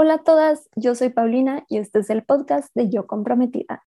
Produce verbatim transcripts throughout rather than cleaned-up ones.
Hola a todas, yo soy Paulina y este es el podcast de Yo Comprometida.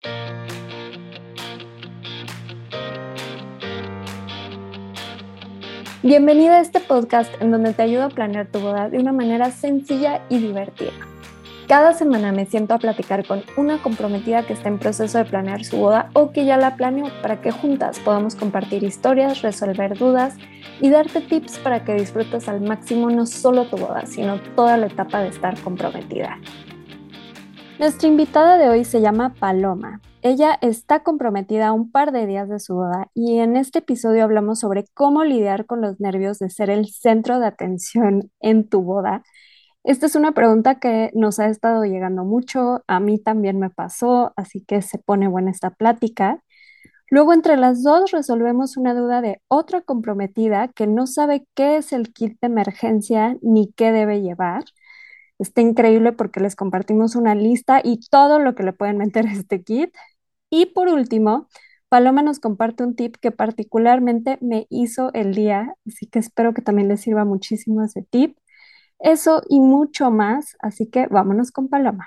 Bienvenida a este podcast en donde te ayudo a planear tu boda de una manera sencilla y divertida. Cada semana me siento a platicar con una comprometida que está en proceso de planear su boda o que ya la planeó para que juntas podamos compartir historias, resolver dudas y darte tips para que disfrutes al máximo no solo tu boda, sino toda la etapa de estar comprometida. Nuestra invitada de hoy se llama Paloma. Ella está comprometida a un par de días de su boda y en este episodio hablamos sobre cómo lidiar con los nervios de ser el centro de atención en tu boda. Esta es una pregunta que nos ha estado llegando mucho, a mí también me pasó, así que se pone buena esta plática. Luego entre las dos resolvemos una duda de otra comprometida que no sabe qué es el kit de emergencia ni qué debe llevar. Está increíble porque les compartimos una lista y todo lo que le pueden meter a este kit. Y por último, Paloma nos comparte un tip que particularmente me hizo el día, así que espero que también les sirva muchísimo ese tip. Eso y mucho más, así que vámonos con Paloma.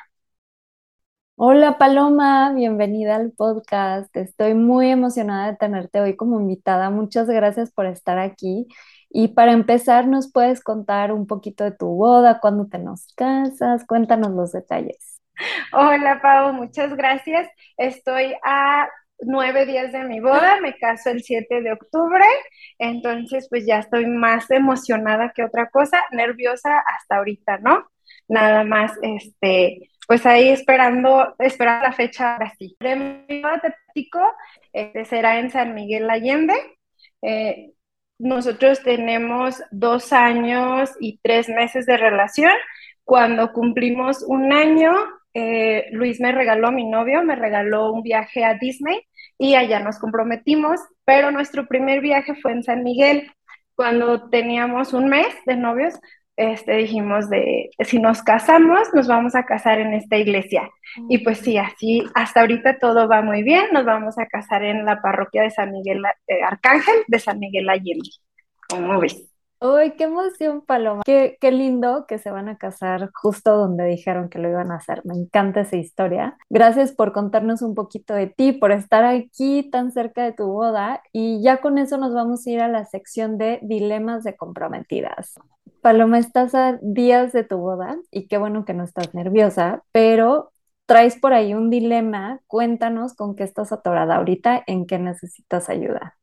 Hola Paloma, bienvenida al podcast. Estoy muy emocionada de tenerte hoy como invitada. Muchas gracias por estar aquí. Y para empezar, ¿nos puedes contar un poquito de tu boda? ¿Cuándo te nos casas? Cuéntanos los detalles. Hola Pau, muchas gracias. Estoy a nueve días de mi boda, me caso el siete de octubre, entonces pues ya estoy más emocionada que otra cosa, nerviosa hasta ahorita, ¿no? Nada más, este, pues ahí esperando, esperar la fecha ahora sí. De mi boda te platico, este, será en San Miguel Allende. Eh, Nosotros tenemos dos años y tres meses de relación. Cuando cumplimos un año, eh, Luis me regaló, mi novio, me regaló un viaje a Disney y allá nos comprometimos, pero nuestro primer viaje fue en San Miguel. Cuando teníamos un mes de novios, este, dijimos de si nos casamos, nos vamos a casar en esta iglesia. Y pues sí, así hasta ahorita todo va muy bien. Nos vamos a casar en la parroquia de San Miguel eh, Arcángel de San Miguel Allende. ¿Cómo ves? ¡Ay, qué emoción, Paloma! Qué, qué lindo que se van a casar justo donde dijeron que lo iban a hacer. Me encanta esa historia. Gracias por contarnos un poquito de ti, por estar aquí tan cerca de tu boda. Y ya con eso nos vamos a ir a la sección de dilemas de comprometidas. Paloma, estás a días de tu boda y qué bueno que no estás nerviosa, pero traes por ahí un dilema. Cuéntanos con qué estás atorada ahorita, en qué necesitas ayuda.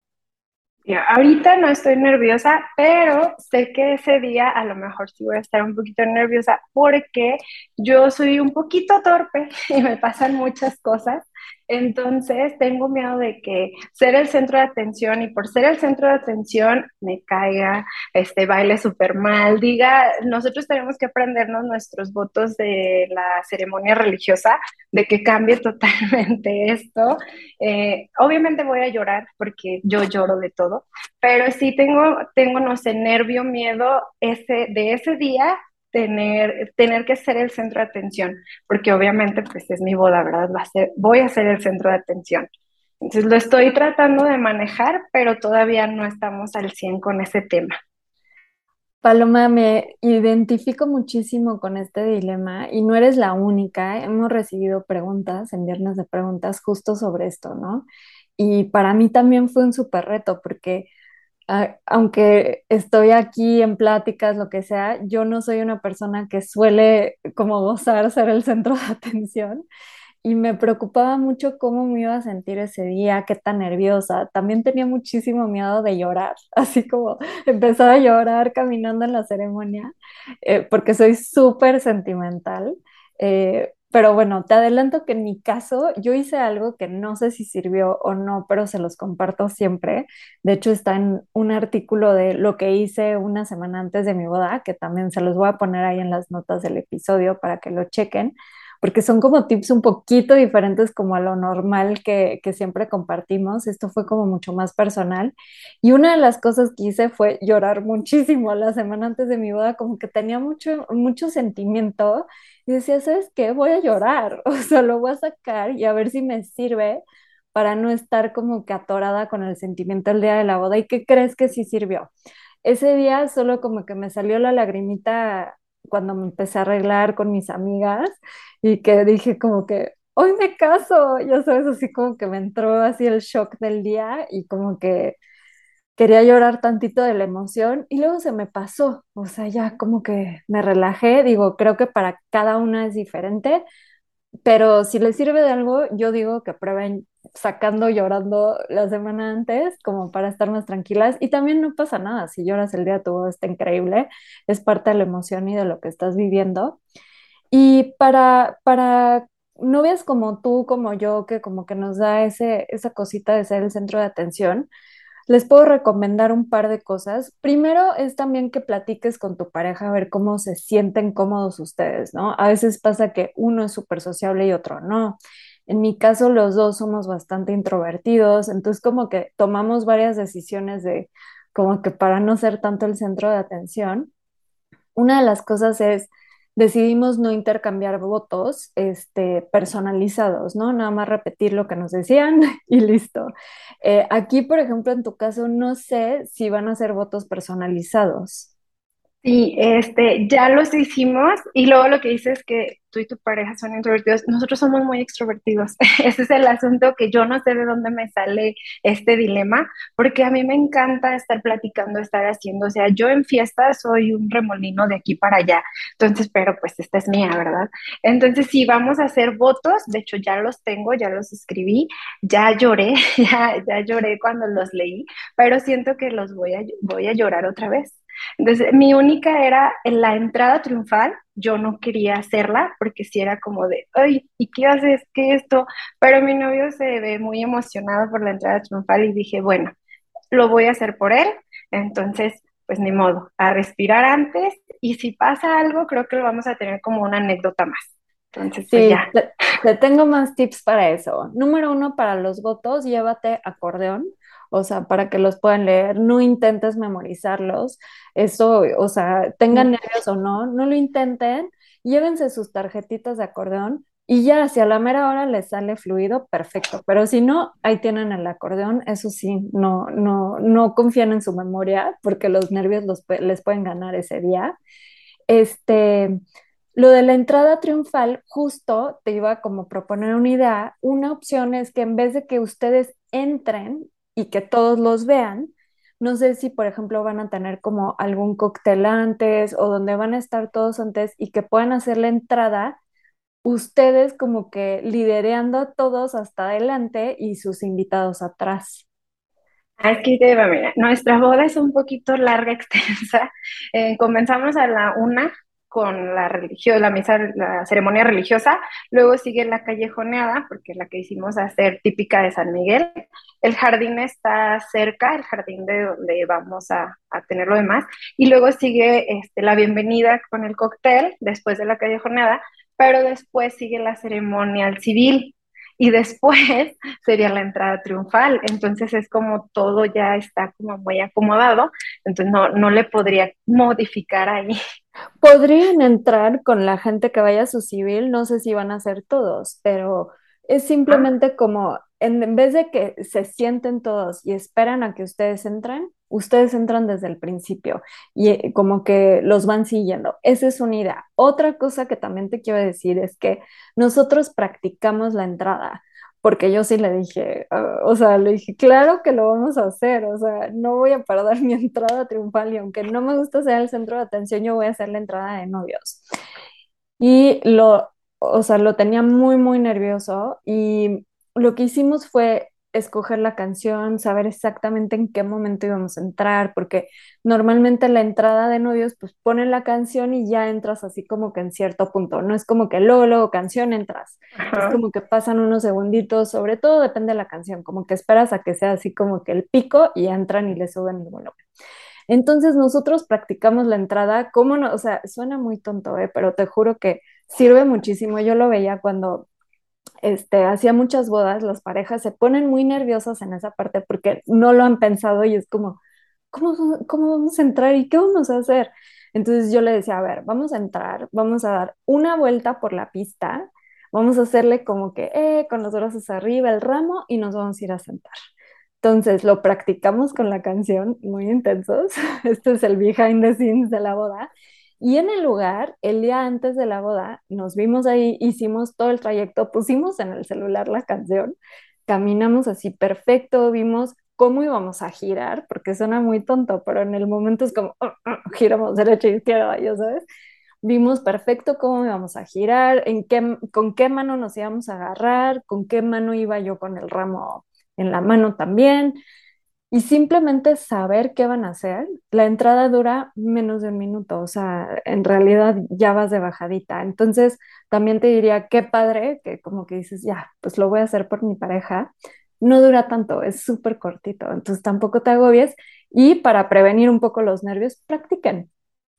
Ya, ahorita no estoy nerviosa, pero sé que ese día a lo mejor sí voy a estar un poquito nerviosa porque yo soy un poquito torpe y me pasan muchas cosas. Entonces tengo miedo de que ser el centro de atención y por ser el centro de atención me caiga, este baile súper mal. Diga, nosotros tenemos que aprendernos nuestros votos de la ceremonia religiosa, de que cambie totalmente esto. Eh, obviamente voy a llorar porque yo lloro de todo, pero sí tengo, tengo, no sé, nervio, miedo ese, de ese día tener, tener que ser el centro de atención, porque obviamente pues es mi boda, ¿verdad? Va a ser, voy a ser el centro de atención. Entonces lo estoy tratando de manejar, pero todavía no estamos al cien con ese tema. Paloma, me identifico muchísimo con este dilema y no eres la única. Hemos recibido preguntas en Viernes de Preguntas justo sobre esto, ¿no? Y para mí también fue un súper reto porque ah, aunque estoy aquí en pláticas, lo que sea, yo no soy una persona que suele como gozar ser el centro de atención y me preocupaba mucho cómo me iba a sentir ese día, qué tan nerviosa. También tenía muchísimo miedo de llorar, así como empezar a llorar caminando en la ceremonia, eh, porque soy súper sentimental. Eh, pero bueno, te adelanto que en mi caso yo hice algo que no sé si sirvió o no, pero se los comparto siempre. De hecho, está en un artículo de lo que hice una semana antes de mi boda, que también se los voy a poner ahí en las notas del episodio para que lo chequen porque son como tips un poquito diferentes como a lo normal que, que siempre compartimos. Esto fue como mucho más personal. Y una de las cosas que hice fue llorar muchísimo la semana antes de mi boda, como que tenía mucho, mucho sentimiento y decía, ¿sabes qué? Voy a llorar, o sea, lo voy a sacar y a ver si me sirve para no estar como que atorada con el sentimiento el día de la boda. ¿Y qué crees que sí sirvió? Ese día solo como que me salió la lagrimita cuando me empecé a arreglar con mis amigas y que dije como que, hoy me caso, ya sabes, así como que me entró así el shock del día y como que quería llorar tantito de la emoción y luego se me pasó, o sea, ya como que me relajé, digo, creo que para cada una es diferente, pero si les sirve de algo, yo digo que prueben sacando, llorando la semana antes, como para estar más tranquilas. Y también no pasa nada, si lloras el día de tu boda está increíble, es parte de la emoción y de lo que estás viviendo. Y para, para novias como tú, como yo, que como que nos da ese, esa cosita de ser el centro de atención, les puedo recomendar un par de cosas. Primero es también que platiques con tu pareja a ver cómo se sienten cómodos ustedes, ¿no? A veces pasa que uno es súper sociable y otro no. En mi caso, los dos somos bastante introvertidos, entonces como que tomamos varias decisiones de como que para no ser tanto el centro de atención. Una de las cosas es, decidimos no intercambiar votos, este, personalizados, ¿no? Nada más repetir lo que nos decían y listo. Eh, aquí, por ejemplo, en tu caso, no sé si van a ser votos personalizados. Sí, este, ya los hicimos y luego lo que dices es que tú y tu pareja son introvertidos, nosotros somos muy extrovertidos. Ese es el asunto que yo no sé de dónde me sale este dilema, porque a mí me encanta estar platicando, estar haciendo, o sea, yo en fiestas soy un remolino de aquí para allá, entonces, pero pues esta es mía, ¿verdad? Entonces, sí, vamos a hacer votos, de hecho ya los tengo, ya los escribí, ya lloré, ya, ya lloré cuando los leí, pero siento que los voy a, voy a llorar otra vez. Entonces, mi única era en la entrada triunfal, yo no quería hacerla porque si era como de, ay, ¿y qué haces? ¿Qué esto? Pero mi novio se ve muy emocionado por la entrada triunfal y dije, bueno, lo voy a hacer por él, entonces, pues ni modo, a respirar antes y si pasa algo, creo que lo vamos a tener como una anécdota más. Entonces, pues Sí, ya. te, te tengo más tips para eso. Número uno, para los votos, llévate acordeón, o sea, para que los puedan leer. No intentes memorizarlos. Eso, o sea, tengan nervios o no, no lo intenten. Llévense sus tarjetitas de acordeón y ya, si a la mera hora les sale fluido, perfecto. Pero si no, ahí tienen el acordeón. Eso sí, no, no, no confíen en su memoria porque los nervios los, pu- les pueden ganar ese día. Este, lo de la entrada triunfal, justo te iba a como proponer una idea. Una opción es que en vez de que ustedes entren y que todos los vean, no sé si, por ejemplo, van a tener como algún cóctel antes o donde van a estar todos antes y que puedan hacer la entrada, ustedes como que lidereando a todos hasta adelante y sus invitados atrás. Aquí te va, mira, nuestra boda es un poquito larga, extensa. Eh, comenzamos a la una con la religión, la misa, la ceremonia religiosa, luego sigue la callejoneada, porque es la que hicimos hacer típica de San Miguel. El jardín está cerca, el jardín de donde vamos a, a tener lo demás, y luego sigue este, la bienvenida con el cóctel después de la callejoneada, pero después sigue la ceremonia al civil. Y después sería la entrada triunfal. Entonces es como todo ya está como muy acomodado, entonces no, no le podría modificar ahí. Podrían entrar con la gente que vaya a su civil, no sé si van a ser todos, pero es Ah, simplemente como, en, en vez de que se sienten todos y esperan a que ustedes entren, ustedes entran desde el principio y eh, como que los van siguiendo. Esa es una idea. Otra cosa que también te quiero decir es que nosotros practicamos la entrada porque yo sí le dije, ah, o sea, le dije, claro que lo vamos a hacer, o sea, no voy a perder mi entrada triunfal y aunque no me gusta ser el centro de atención, yo voy a hacer la entrada de novios. Y lo, o sea, lo tenía muy, muy nervioso y lo que hicimos fue escoger la canción, saber exactamente en qué momento íbamos a entrar, porque normalmente la entrada de novios, pues ponen la canción y ya entras así como que en cierto punto, no es como que luego, luego canción entras, es ajá. como que pasan unos segunditos, sobre todo depende de la canción, como que esperas a que sea así como que el pico y entran y le suben el volumen. Entonces nosotros practicamos la entrada, ¿cómo no? O sea, suena muy tonto, ¿eh? Pero te juro que sirve muchísimo. Yo lo veía cuando este, hacía muchas bodas, las parejas se ponen muy nerviosas en esa parte porque no lo han pensado y es como, ¿cómo, cómo vamos a entrar y qué vamos a hacer? Entonces yo le decía, a ver, vamos a entrar, vamos a dar una vuelta por la pista, vamos a hacerle como que, eh, con los brazos arriba, el ramo y nos vamos a ir a sentar. Entonces lo practicamos con la canción, muy intensos. Este es el behind the scenes de la boda. Y en el lugar, el día antes de la boda, nos vimos ahí, hicimos todo el trayecto, pusimos en el celular la canción, caminamos así perfecto, vimos cómo íbamos a girar, porque suena muy tonto, pero en el momento es como, "Uh, uh", giramos derecha e izquierda, ya sabes. Vimos perfecto cómo íbamos a girar, en qué, con qué mano nos íbamos a agarrar, con qué mano iba yo con el ramo en la mano también, y simplemente saber qué van a hacer. La entrada dura menos de un minuto, o sea, en realidad ya vas de bajadita. Entonces, también te diría, qué padre, que como que dices, ya, pues lo voy a hacer por mi pareja. No dura tanto, es súper cortito, entonces tampoco te agobies. Y para prevenir un poco los nervios, practiquen.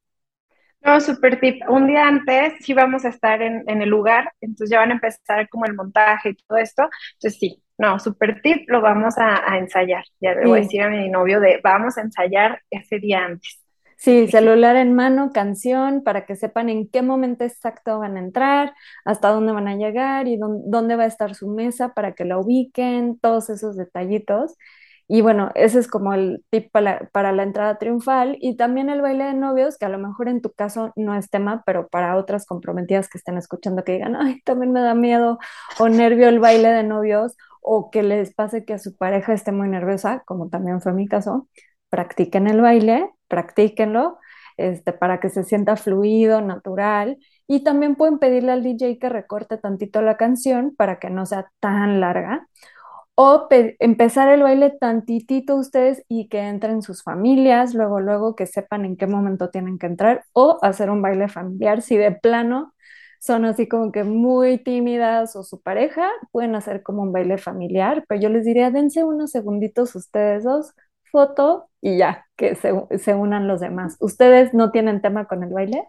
No, súper tip. Un día antes sí vamos a estar en, en el lugar, entonces ya van a empezar como el montaje y todo esto. Entonces sí, no, súper tip, lo vamos a, a ensayar. Ya le voy a Sí, decir a mi novio de vamos a ensayar ese día antes. Así sí, que sí. celular en mano, canción, para que sepan en qué momento exacto van a entrar, hasta dónde van a llegar y dónde, dónde va a estar su mesa para que la ubiquen, todos esos detallitos. Y bueno, ese es como el tip para, para la entrada triunfal y también el baile de novios, que a lo mejor en tu caso no es tema, pero para otras comprometidas que estén escuchando que digan, ay, también me da miedo o nervio el baile de novios o que les pase que su pareja esté muy nerviosa, como también fue mi caso, practiquen el baile, practíquenlo, este, para que se sienta fluido, natural. Y también pueden pedirle al D J que recorte tantito la canción para que no sea tan larga. O pe- empezar el baile tantitito ustedes y que entren sus familias, luego, luego que sepan en qué momento tienen que entrar. O hacer un baile familiar. Si de plano son así como que muy tímidas o su pareja, pueden hacer como un baile familiar. Pero yo les diría, dense unos segunditos ustedes dos, foto y ya, que se, se unan los demás. ¿Ustedes no tienen tema con el baile?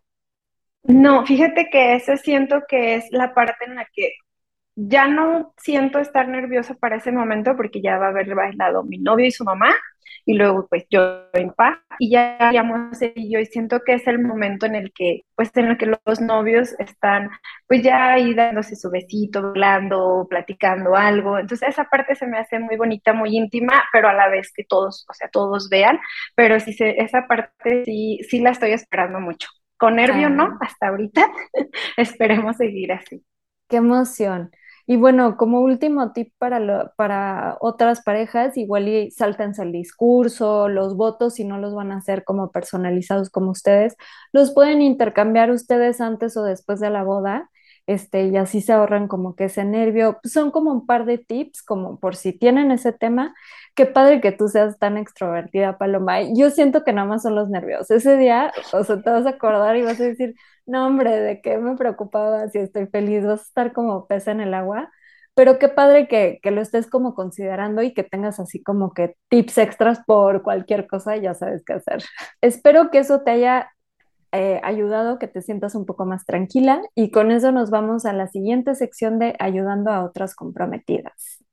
No, fíjate que eso siento que es la parte en la que ya no siento estar nerviosa para ese momento porque ya va a haber bailado mi novio y su mamá y luego pues yo y mi papá y ya haríamos él y yo y siento que es el momento en el que pues en el que los novios están pues ya ahí dándose su besito, hablando, platicando algo. Entonces esa parte se me hace muy bonita, muy íntima, pero a la vez que todos, o sea, todos vean, pero sí se, esa parte sí, sí la estoy esperando mucho. Con nervio, ¿no? Ah, Hasta ahorita. Esperemos seguir así. qué emoción. Y bueno, como último tip para, lo- para otras parejas, igual y sáltense el discurso, los votos, si no los van a hacer como personalizados como ustedes, los pueden intercambiar ustedes antes o después de la boda, este, y así se ahorran como que ese nervio. Son como un par de tips, como por si tienen ese tema. Qué padre que tú seas tan extrovertida, Paloma. Yo siento que nada más son los nervios. Ese día, o sea, te vas a acordar y vas a decir, no, hombre, ¿de qué me preocupaba si estoy feliz? Vas a estar como pez en el agua. Pero qué padre que, que lo estés como considerando y que tengas así como que tips extras por cualquier cosa, ya sabes qué hacer. Espero que eso te haya eh, ayudado, que te sientas un poco más tranquila y con eso nos vamos a la siguiente sección de ayudando a otras comprometidas.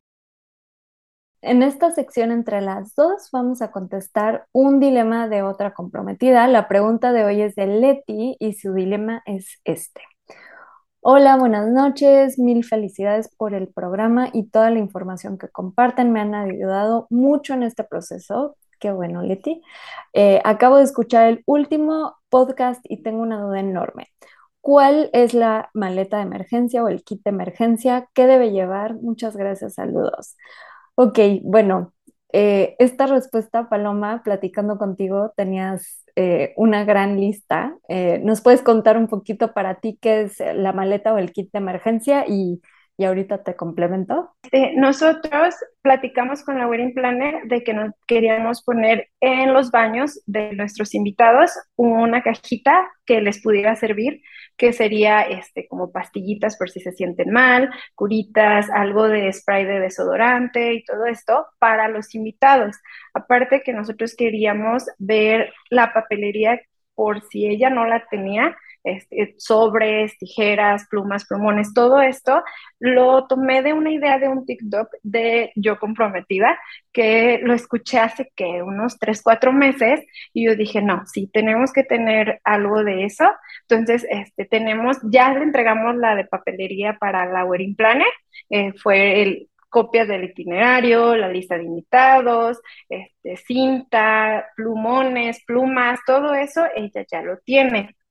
En esta sección entre las dos vamos a contestar un dilema de otra comprometida. La pregunta de hoy es de Leti y su dilema es este. Hola, buenas noches. Mil felicidades por el programa y toda la información que comparten. Me han ayudado mucho en este proceso. Qué bueno, Leti. Eh, acabo de escuchar el último podcast y tengo una duda enorme. ¿Cuál es la maleta de emergencia o el kit de emergencia? ¿Qué debe llevar? Muchas gracias, saludos. Ok, bueno, eh, esta respuesta, Paloma, platicando contigo, tenías eh, una gran lista. Eh, ¿nos puedes contar un poquito para ti qué es la maleta o el kit de emergencia? Y, y ahorita te complemento. Este, nosotros platicamos con la Wedding Planner de que nos queríamos poner en los baños de nuestros invitados una cajita que les pudiera servir, que sería este, como pastillitas por si se sienten mal, curitas, algo de spray de desodorante y todo esto para los invitados. Aparte que nosotros queríamos ver la papelería por si ella no la tenía, este, sobres, tijeras, plumas, plumones, todo esto lo tomé de una idea de un TikTok de Yo Comprometida, que lo escuché hace que unos tres, cuatro meses, y yo dije, no, sí, tenemos que tener algo de eso. Entonces, este, tenemos, ya le entregamos la de papelería para la Wedding Planner, eh, fue el copias del itinerario, la lista de invitados, este, cinta, plumones, plumas, todo eso, ella ya lo tiene.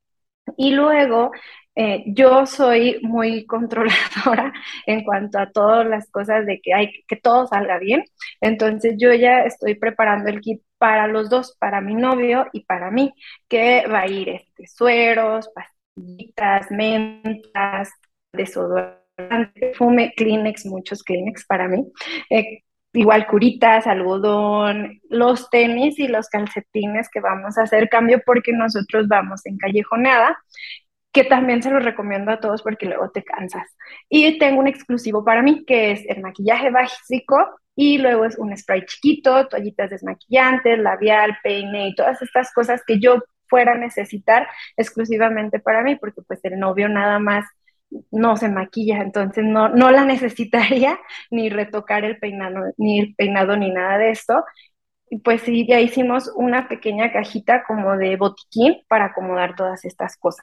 Y luego, eh, yo soy muy controladora en cuanto a todas las cosas de que hay que todo salga bien. Entonces yo ya estoy preparando el kit para los dos, para mi novio y para mí, que va a ir este, sueros, pastillitas, mentas, desodorante, perfume, Kleenex, muchos Kleenex para mí. Eh, Igual curitas, algodón, los tenis y los calcetines que vamos a hacer cambio porque nosotros vamos en callejoneada, que también se los recomiendo a todos porque luego te cansas. Y tengo un exclusivo para mí, que es el maquillaje básico, y luego es un spray chiquito, toallitas desmaquillantes, labial, peine y todas estas cosas que yo fuera a necesitar exclusivamente para mí, porque pues el novio nada más no se maquilla, entonces no, no la necesitaría ni retocar el peinado, ni el peinado ni nada de esto. Y pues sí, ya hicimos una pequeña cajita como de botiquín para acomodar todas estas cosas.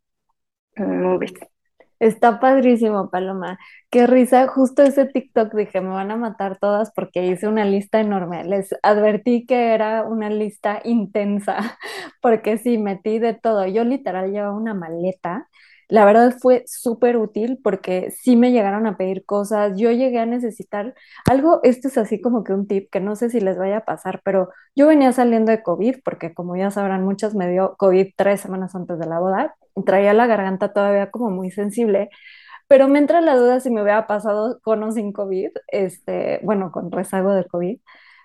¿Cómo ves? Está padrísimo, Paloma. Qué risa. Justo ese TikTok dije, me van a matar todas porque hice una lista enorme. Les advertí que era una lista intensa, porque sí, metí de todo. Yo literal llevaba una maleta. La verdad fue súper útil porque sí me llegaron a pedir cosas. Yo llegué a necesitar algo, esto es así como que un tip que no sé si les vaya a pasar, pero yo venía saliendo de COVID porque como ya sabrán, muchas me dio COVID tres semanas antes de la boda. Traía la garganta todavía como muy sensible, pero me entra la duda si me hubiera pasado con o sin COVID, este, bueno, con rezago de COVID.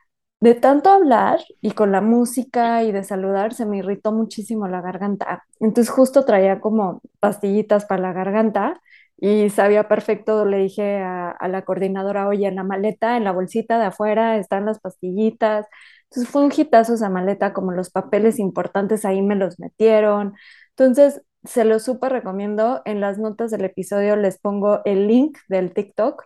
De tanto hablar y con la música y de saludar, se me irritó muchísimo la garganta. Entonces justo traía como pastillitas para la garganta y sabía perfecto, le dije a, a la coordinadora, oye, en la maleta, en la bolsita de afuera están las pastillitas. Entonces fue un hitazo esa maleta, como los papeles importantes ahí me los metieron. Entonces se los súper recomiendo. En las notas del episodio les pongo el link del TikTok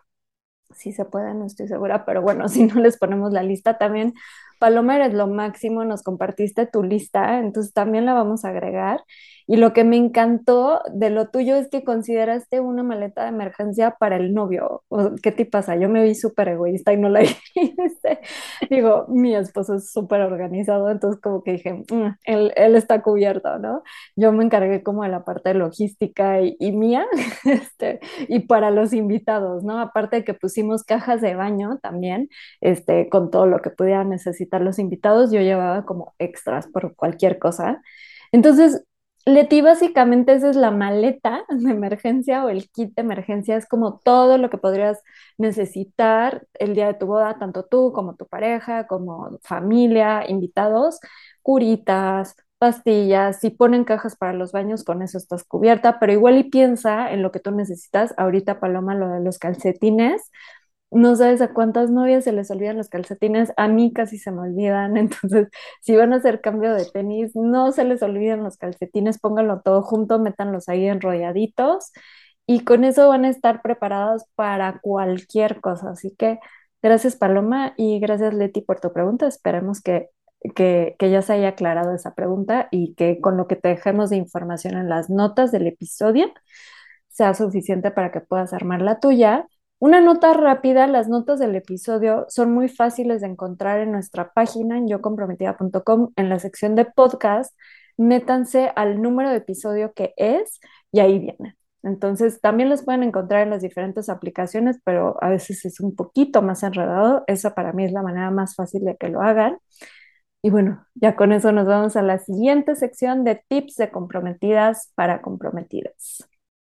si se puede, no estoy segura, pero bueno, si no les ponemos la lista también. Paloma, eres lo máximo, nos compartiste tu lista, entonces también la vamos a agregar. Y lo que me encantó de lo tuyo es que consideraste una maleta de emergencia para el novio. O, ¿qué te pasa? Yo me vi súper egoísta y no la hice. Digo, mi esposo es súper organizado, entonces como que dije, "Mm, él, él está cubierto, ¿no? Yo me encargué como de la parte de logística y, y mía, este, y para los invitados, ¿no? Aparte de que pusimos cajas de baño también, este, con todo lo que pudieran necesitar los invitados, yo llevaba como extras por cualquier cosa. Entonces, Leti, básicamente esa es la maleta de emergencia o el kit de emergencia, es como todo lo que podrías necesitar el día de tu boda, tanto tú como tu pareja, como familia, invitados, curitas, pastillas, si ponen cajas para los baños, con eso estás cubierta, pero igual y piensa en lo que tú necesitas. Ahorita, Paloma, lo de los calcetines, no sabes a cuántas novias se les olvidan los calcetines, a mí casi se me olvidan, entonces si van a hacer cambio de tenis, no se les olviden los calcetines, pónganlo todo junto, métanlos ahí enrolladitos y con eso van a estar preparados para cualquier cosa. Así que gracias, Paloma, y gracias, Leti, por tu pregunta. Esperemos que, que, que ya se haya aclarado esa pregunta y que con lo que te dejemos de información en las notas del episodio sea suficiente para que puedas armar la tuya. Una nota rápida, las notas del episodio son muy fáciles de encontrar en nuestra página en yocomprometida punto com, en la sección de podcast, métanse al número de episodio que es y ahí viene. Entonces, también los pueden encontrar en las diferentes aplicaciones, pero a veces es un poquito más enredado. Esa para mí es la manera más fácil de que lo hagan. Y bueno, ya con eso nos vamos a la siguiente sección de tips de comprometidas para comprometidas.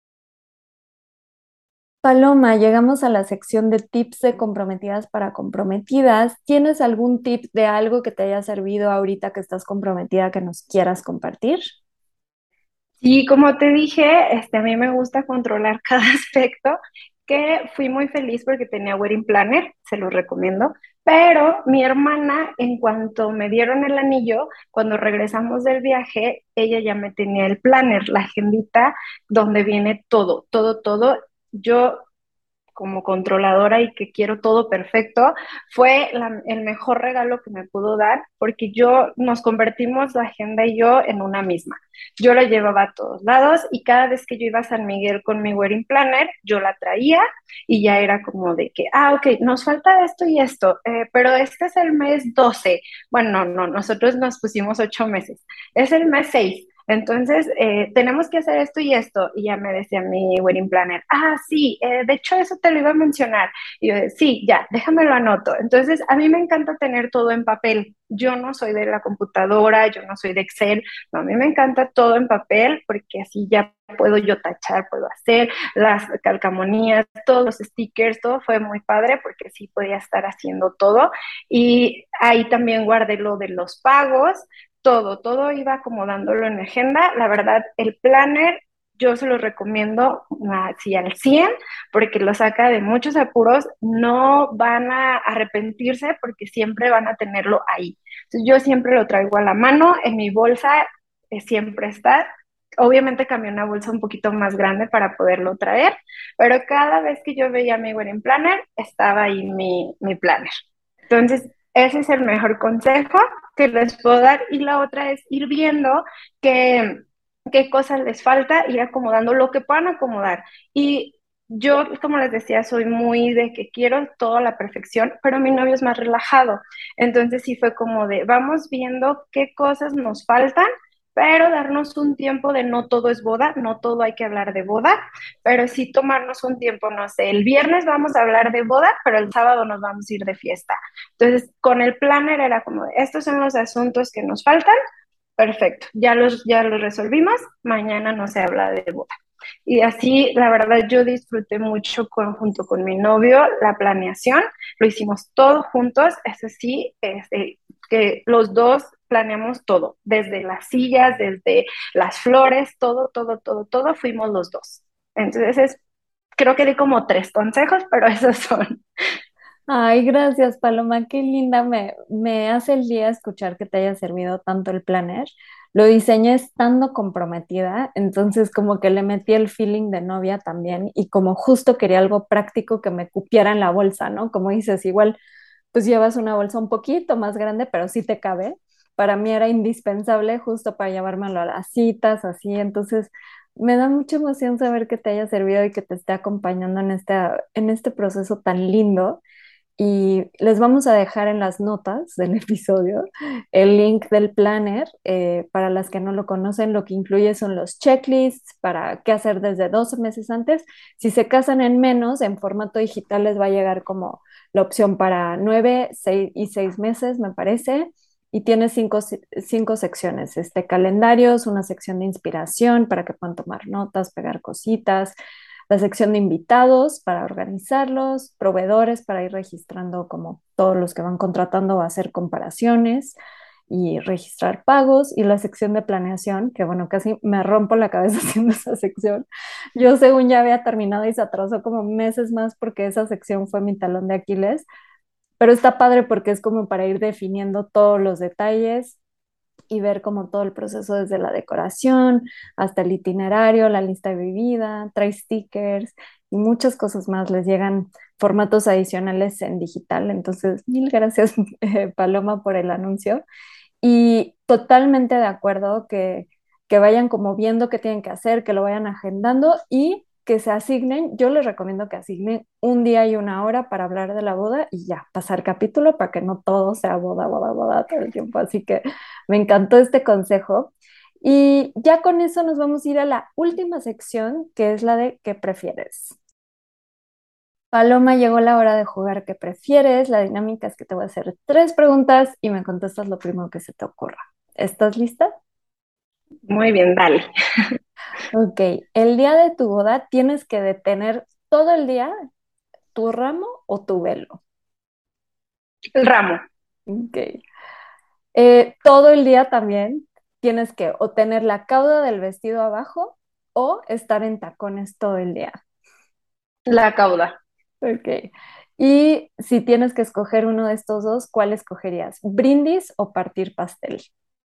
Paloma, llegamos a la sección de tips de comprometidas para comprometidas. ¿Tienes algún tip de algo que te haya servido ahorita que estás comprometida que nos quieras compartir? Y como te dije, este, a mí me gusta controlar cada aspecto, que fui muy feliz porque tenía wedding planner, se lo recomiendo, pero mi hermana, en cuanto me dieron el anillo, cuando regresamos del viaje, ella ya me tenía el planner, la agendita donde viene todo, todo, todo. Yo como controladora y que quiero todo perfecto, fue la- el mejor regalo que me pudo dar porque yo nos convertimos la agenda y yo en una misma. Yo la llevaba a todos lados y cada vez que yo iba a San Miguel con mi wedding planner, yo la traía y ya era como de que, ah, ok, nos falta esto y esto, eh, pero este es el mes doce. Bueno, no, no, nosotros nos pusimos ocho meses. Es el mes seis. Entonces, eh, tenemos que hacer esto y esto. Y ya me decía mi wedding planner, ah, sí, eh, de hecho eso te lo iba a mencionar. Y yo, sí, ya, déjame lo anoto. Entonces, a mí me encanta tener todo en papel. Yo no soy de la computadora, yo no soy de Excel, no, a mí me encanta todo en papel porque así ya puedo yo tachar, puedo hacer las calcamonías, todos los stickers, todo fue muy padre porque sí podía estar haciendo todo. Y ahí también guardé lo de los pagos, todo, todo iba acomodándolo en mi agenda. La verdad, el planner yo se lo recomiendo así al cien porque lo saca de muchos apuros, no van a arrepentirse porque siempre van a tenerlo ahí. Entonces, yo siempre lo traigo a la mano, en mi bolsa eh, siempre está. Obviamente cambié una bolsa un poquito más grande para poderlo traer, pero cada vez que yo veía mi wedding planner, estaba ahí mi, mi planner. Entonces, ese es el mejor consejo que les puedo dar. Y la otra es ir viendo qué, qué cosas les falta, ir acomodando lo que puedan acomodar. Y yo, como les decía, soy muy de que quiero todo a la perfección, pero mi novio es más relajado. Entonces sí fue como de, vamos viendo qué cosas nos faltan, pero darnos un tiempo de no todo es boda, no todo hay que hablar de boda, pero sí tomarnos un tiempo, no sé, el viernes vamos a hablar de boda, pero el sábado nos vamos a ir de fiesta. Entonces, con el planner era como, de, estos son los asuntos que nos faltan, perfecto, ya los, ya los resolvimos, mañana no se habla de boda. Y así, la verdad, yo disfruté mucho con, junto con mi novio la planeación, lo hicimos todos juntos, eso sí, este, que los dos planeamos todo, desde las sillas, desde las flores, todo, todo, todo, todo, fuimos los dos. Entonces, es, creo que di como tres consejos, pero esos son. Ay, gracias, Paloma, qué linda. Me, me hace el día escuchar que te haya servido tanto el planner. Lo diseñé estando comprometida, entonces como que le metí el feeling de novia también y como justo quería algo práctico que me cupiera en la bolsa, ¿no? Como dices, igual pues llevas una bolsa un poquito más grande, pero sí te cabe. Para mí era indispensable justo para llevármelo a las citas, así. Entonces, me da mucha emoción saber que te haya servido y que te esté acompañando en este, en este proceso tan lindo. Y les vamos a dejar en las notas del episodio el link del planner. Eh, para las que no lo conocen, lo que incluye son los checklists para qué hacer desde doce meses antes. Si se casan en menos, en formato digital les va a llegar como la opción para nueve, seis y seis meses, me parece. Y tiene cinco, cinco secciones, este, calendarios, una sección de inspiración para que puedan tomar notas, pegar cositas, la sección de invitados para organizarlos, proveedores para ir registrando como todos los que van contratando o hacer comparaciones y registrar pagos, y la sección de planeación, que bueno, casi me rompo la cabeza haciendo esa sección. Yo según ya había terminado y se atrasó como meses más porque esa sección fue mi talón de Aquiles, pero está padre porque es como para ir definiendo todos los detalles y ver como todo el proceso desde la decoración hasta el itinerario, la lista de bebida, trae stickers y muchas cosas más. Les llegan formatos adicionales en digital. Entonces, mil gracias, eh, Paloma, por el anuncio. Y totalmente de acuerdo que, que vayan como viendo qué tienen que hacer, que lo vayan agendando y que se asignen. Yo les recomiendo que asignen un día y una hora para hablar de la boda y ya, pasar capítulo para que no todo sea boda, boda, boda todo el tiempo. Así que me encantó este consejo. Y ya con eso nos vamos a ir a la última sección, que es la de ¿qué prefieres? Paloma, llegó la hora de jugar ¿qué prefieres? La dinámica es que te voy a hacer tres preguntas y me contestas lo primero que se te ocurra. ¿Estás lista? Muy bien, dale. Ok, el día de tu boda tienes que detener todo el día tu ramo o tu velo. El ramo. Ok. Eh, todo el día también tienes que o tener la cauda del vestido abajo o estar en tacones todo el día. La cauda. Ok. Y si tienes que escoger uno de estos dos, ¿cuál escogerías? ¿Brindis o partir pastel?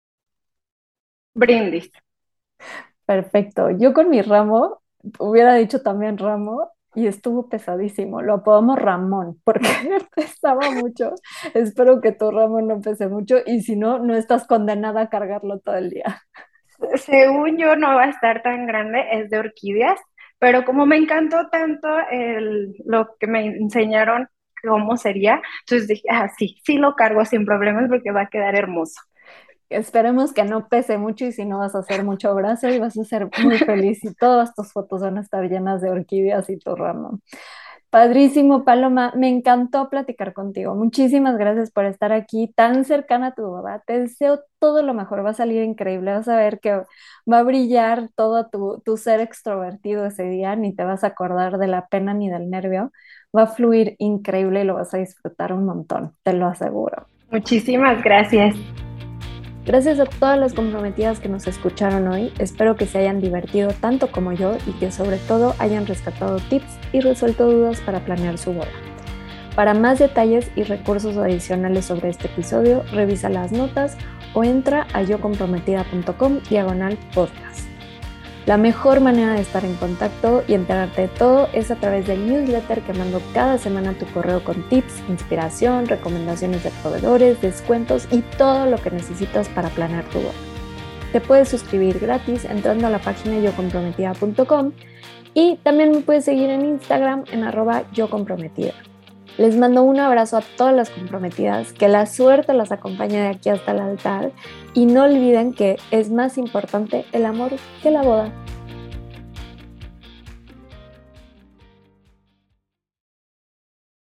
Brindis. Perfecto. Yo con mi ramo hubiera dicho también ramo y estuvo pesadísimo. Lo apodamos Ramón porque pesaba mucho. Espero que tu ramo no pese mucho y si no, no estás condenada a cargarlo todo el día. Según yo no va a estar tan grande, es de orquídeas, pero como me encantó tanto el, lo que me enseñaron cómo sería, entonces dije, ah, sí, sí lo cargo sin problemas porque va a quedar hermoso. Esperemos que no pese mucho y si no vas a hacer mucho brazo y vas a ser muy feliz y todas tus fotos van a estar llenas de orquídeas y tu ramo. Padrísimo, Paloma. Me encantó platicar contigo. Muchísimas gracias por estar aquí tan cercana a tu boda. Te deseo todo lo mejor. Va a salir increíble. Vas a ver que va a brillar todo tu, tu ser extrovertido ese día. Ni te vas a acordar de la pena ni del nervio. Va a fluir increíble y lo vas a disfrutar un montón. Te lo aseguro. Muchísimas gracias. Gracias a todas las comprometidas que nos escucharon hoy. Espero que se hayan divertido tanto como yo y que sobre todo hayan rescatado tips y resuelto dudas para planear su boda. Para más detalles y recursos adicionales sobre este episodio, revisa las notas o entra a yocomprometida.com diagonal podcast. La mejor manera de estar en contacto y enterarte de todo es a través del newsletter que mando cada semana a tu correo con tips, inspiración, recomendaciones de proveedores, descuentos y todo lo que necesitas para planear tu boda. Te puedes suscribir gratis entrando a la página yocomprometida punto com y también me puedes seguir en Instagram en arroba yocomprometida. Les mando un abrazo a todas las comprometidas, que la suerte las acompañe de aquí hasta el altar y no olviden que es más importante el amor que la boda.